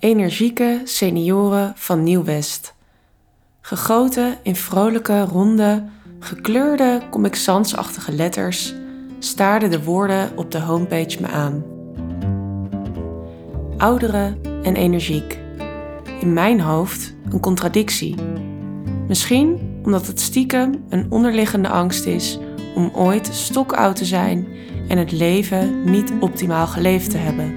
energieke senioren van Nieuw-West. Gegoten in vrolijke, ronde, gekleurde Comic Sans-achtige letters staarden de woorden op de homepage me aan. Ouderen en energiek. In mijn hoofd een contradictie. Misschien omdat het stiekem een onderliggende angst is om ooit stokoud te zijn en het leven niet optimaal geleefd te hebben.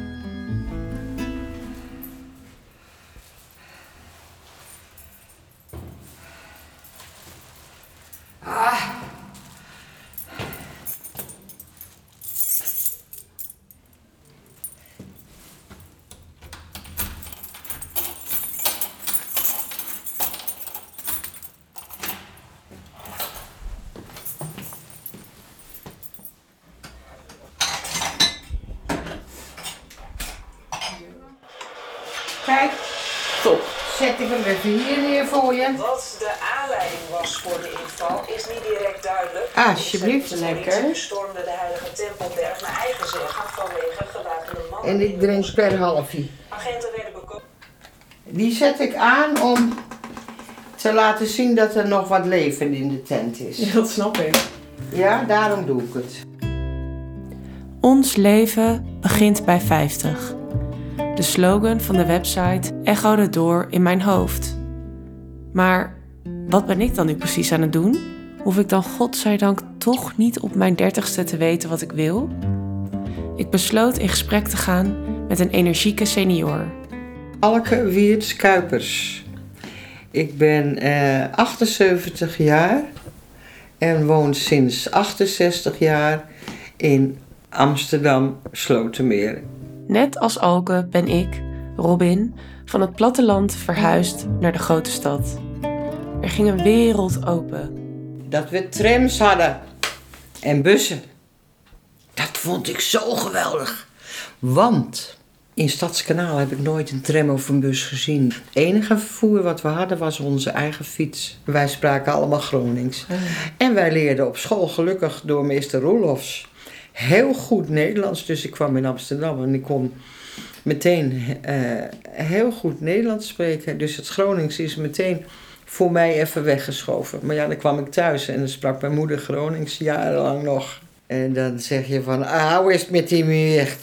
Kijk, top. Zet ik hem even hier neer voor je. Wat de aanleiding was voor de inval is niet direct duidelijk. Alsjeblieft, lekker. De stormde de heilige Tempelberg naar eigen zeggen vanwege gewapende mannen. En ik drink per halfje. Agenten werden bekomen. Die zet ik aan om te laten zien dat er nog wat leven in de tent is. Ja, dat snap ik. Ja, daarom doe ik het. Ons leven begint bij 50. De slogan van de website echode door in mijn hoofd. Maar wat ben ik dan nu precies aan het doen? Hoef ik dan godzijdank toch niet op mijn 30ste te weten wat ik wil? Ik besloot in gesprek te gaan met een energieke senior. Alke Wiertz Kuipers. Ik ben 78 jaar en woon sinds 68 jaar in Amsterdam Slotermeer. Net als Alke ben ik, Robin, van het platteland verhuisd naar de grote stad. Er ging een wereld open. Dat we trams hadden en bussen. Dat vond ik zo geweldig. Want in Stadskanaal heb ik nooit een tram of een bus gezien. Het enige vervoer wat we hadden was onze eigen fiets. Wij spraken allemaal Gronings. En wij leerden op school gelukkig door meester Roelofs heel goed Nederlands. Dus ik kwam in Amsterdam en ik kon meteen heel goed Nederlands spreken. Dus het Gronings is meteen voor mij even weggeschoven. Maar ja, dan kwam ik thuis en dan sprak mijn moeder Gronings jarenlang nog. En dan zeg je van, hoe is het met die muur?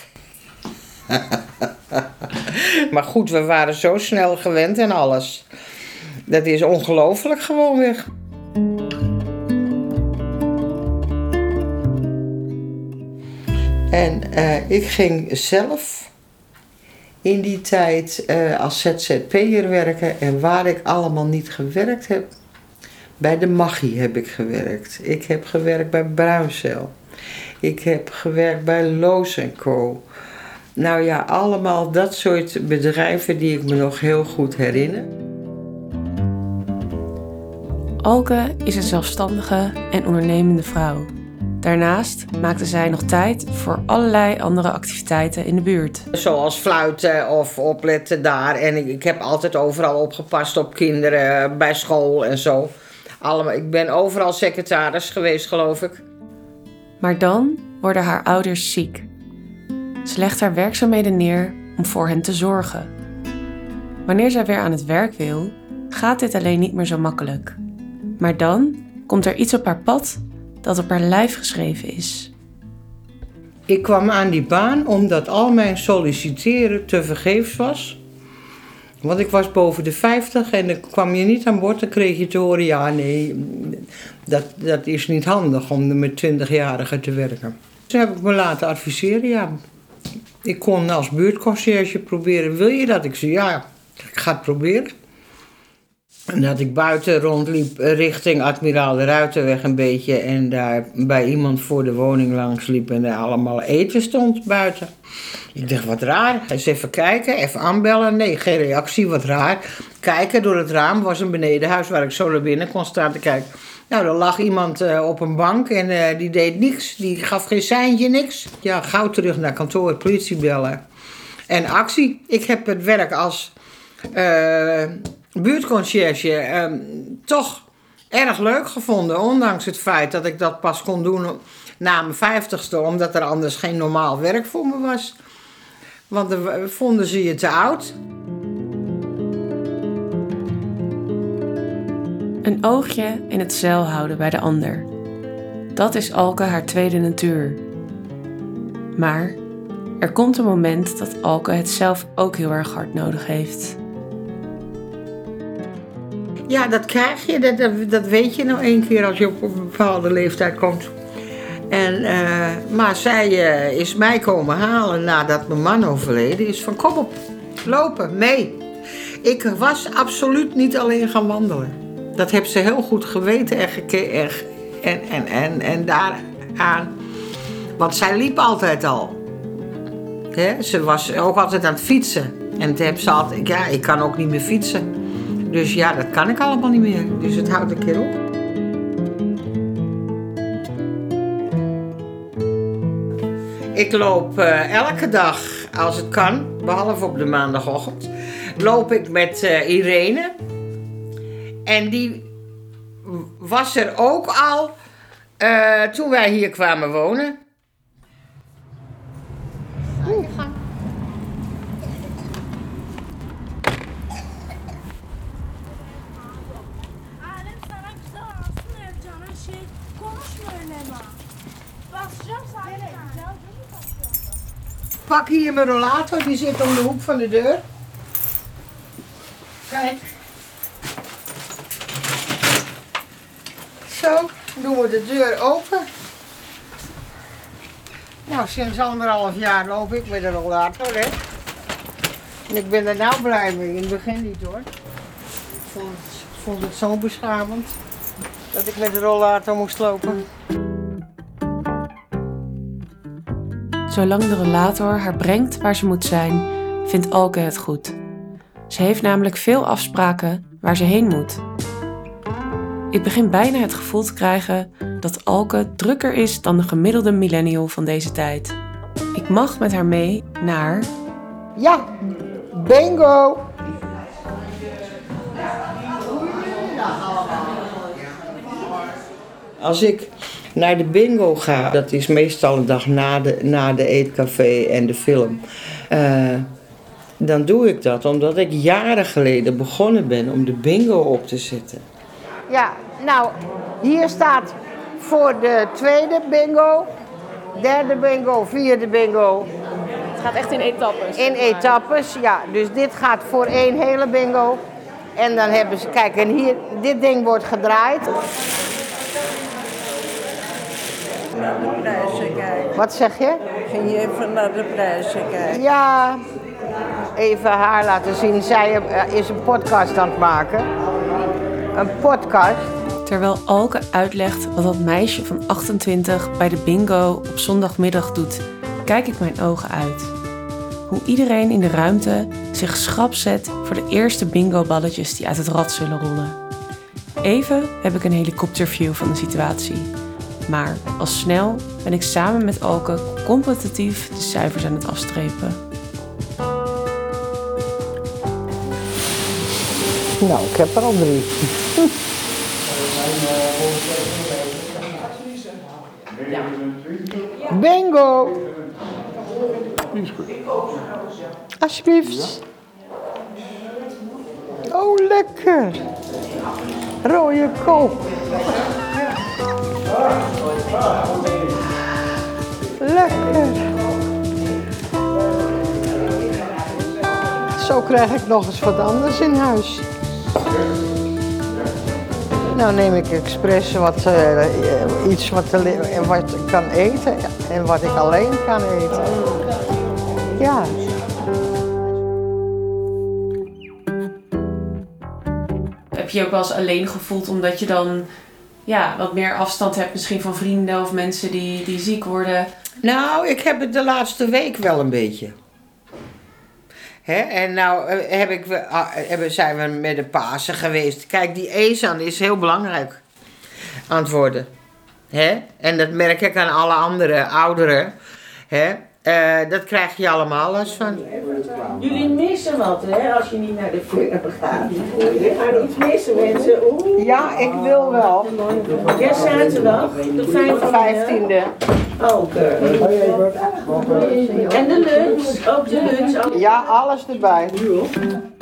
Maar goed, we waren zo snel gewend en alles. Dat is ongelooflijk gewoon weer. En ik ging zelf in die tijd als ZZP'er werken. En waar ik allemaal niet gewerkt heb. Bij de Maggie heb ik gewerkt. Ik heb gewerkt bij Bruinzeel. Ik heb gewerkt bij Loos & Co. Nou ja, allemaal dat soort bedrijven die ik me nog heel goed herinner. Alke is een zelfstandige en ondernemende vrouw. Daarnaast maakte zij nog tijd voor allerlei andere activiteiten in de buurt. Zoals fluiten of opletten daar. En ik heb altijd overal opgepast op kinderen bij school en zo. Allemaal, ik ben overal secretaris geweest, geloof ik. Maar dan worden haar ouders ziek. Ze legt haar werkzaamheden neer om voor hen te zorgen. Wanneer zij weer aan het werk wil, gaat dit alleen niet meer zo makkelijk. Maar dan komt er iets op haar pad dat op haar lijf geschreven is. Ik kwam aan die baan omdat al mijn solliciteren tevergeefs was. Want ik was boven de 50 en dan kwam je niet aan boord, dan kreeg je te horen, ja nee, dat is niet handig om met 20-jarigen te werken. Dus heb ik me laten adviseren, ja. Ik kon als buurtconcierge proberen, wil je dat? Ik zei, ja, ik ga het proberen. En dat ik buiten rondliep richting Admiraal de Ruiterweg een beetje. En daar bij iemand voor de woning langs liep en er allemaal eten stond buiten. Ik dacht, wat raar. Eens even kijken, even aanbellen. Nee, geen reactie, wat raar. Kijken door het raam, was een benedenhuis waar ik zo naar binnen kon staan te kijken. Nou, er lag iemand op een bank en die deed niks. Die gaf geen seintje, niks. Ja, gauw terug naar kantoor, politie bellen. En actie. Ik heb het werk als buurtconcierge toch erg leuk gevonden. Ondanks het feit dat ik dat pas kon doen na mijn 50ste. Omdat er anders geen normaal werk voor me was. Want dan vonden ze je te oud. Een oogje in het zeil houden bij de ander. Dat is Alke haar tweede natuur. Maar er komt een moment dat Alke het zelf ook heel erg hard nodig heeft. Ja, dat krijg je. Dat weet je nou één keer als je op een bepaalde leeftijd komt. Maar zij is mij komen halen nadat mijn man overleden is. Van kom op, lopen, mee. Ik was absoluut niet alleen gaan wandelen. Dat heeft ze heel goed geweten en daaraan. Want zij liep altijd al. Ze was ook altijd aan het fietsen. En toen heb ze altijd, ja, ik kan ook niet meer fietsen. Dus ja, dat kan ik allemaal niet meer. Dus het houdt een keer op. Ik loop elke dag, als het kan, behalve op de maandagochtend, loop ik met Irene. En die was er ook al toen wij hier kwamen wonen. Pak hier mijn rollator, die zit om de hoek van de deur. Kijk. Zo, doen we de deur open. Nou, sinds 1,5 jaar loop ik met een rollator, hè. En ik ben er nou blij mee, in het begin niet hoor. Ik vond het zo beschamend dat ik met de rollator moest lopen. Zolang de rollator haar brengt waar ze moet zijn, vindt Alke het goed. Ze heeft namelijk veel afspraken waar ze heen moet. Ik begin bijna het gevoel te krijgen dat Alke drukker is dan de gemiddelde millennial van deze tijd. Ik mag met haar mee naar... Ja, bingo! Als ik naar de bingo ga, dat is meestal een dag na de eetcafé en de film. Dan doe ik dat omdat ik jaren geleden begonnen ben om de bingo op te zetten. Ja, nou, hier staat voor de tweede bingo, derde bingo, vierde bingo. Het gaat echt in etappes. In etappes, ja. Dus dit gaat voor 1 hele bingo. En dan hebben ze, kijk, en hier, dit ding wordt gedraaid. Naar de prijzen kijken. Wat zeg je? Ging je even naar de prijzen kijken? Ja, even haar laten zien. Zij is een podcast aan het maken. Een podcast. Terwijl Alke uitlegt wat dat meisje van 28 bij de bingo op zondagmiddag doet, kijk ik mijn ogen uit. Hoe iedereen in de ruimte zich schrap zet voor de eerste bingo-balletjes die uit het rad zullen rollen. Even heb ik een helikopterview van de situatie. Maar al snel ben ik samen met Alke competitief de cijfers aan het afstrepen. Nou, ik heb er al 3. Bingo! Alsjeblieft. Oh, lekker. Rode kool. Lekker. Zo krijg ik nog eens wat anders in huis. Nou neem ik expres iets wat ik kan eten en wat ik alleen kan eten. Ja. Heb je je ook wel eens alleen gevoeld omdat je dan wat meer afstand hebt misschien van vrienden of mensen die ziek worden? Nou, ik heb het de laatste week wel een beetje. En nou zijn we met de Pasen geweest. Kijk, die Ezan is heel belangrijk aan het worden. En dat merk ik aan alle andere ouderen. Dat krijg je allemaal last van. Jullie missen wat, hè, als je niet naar de film gaat. Je gaat iets missen, mensen. Oeh. Ja, ik wil wel. Ja, zaterdag, de 15e. Ook. En de lunch, ook de lunch. Ja, alles erbij.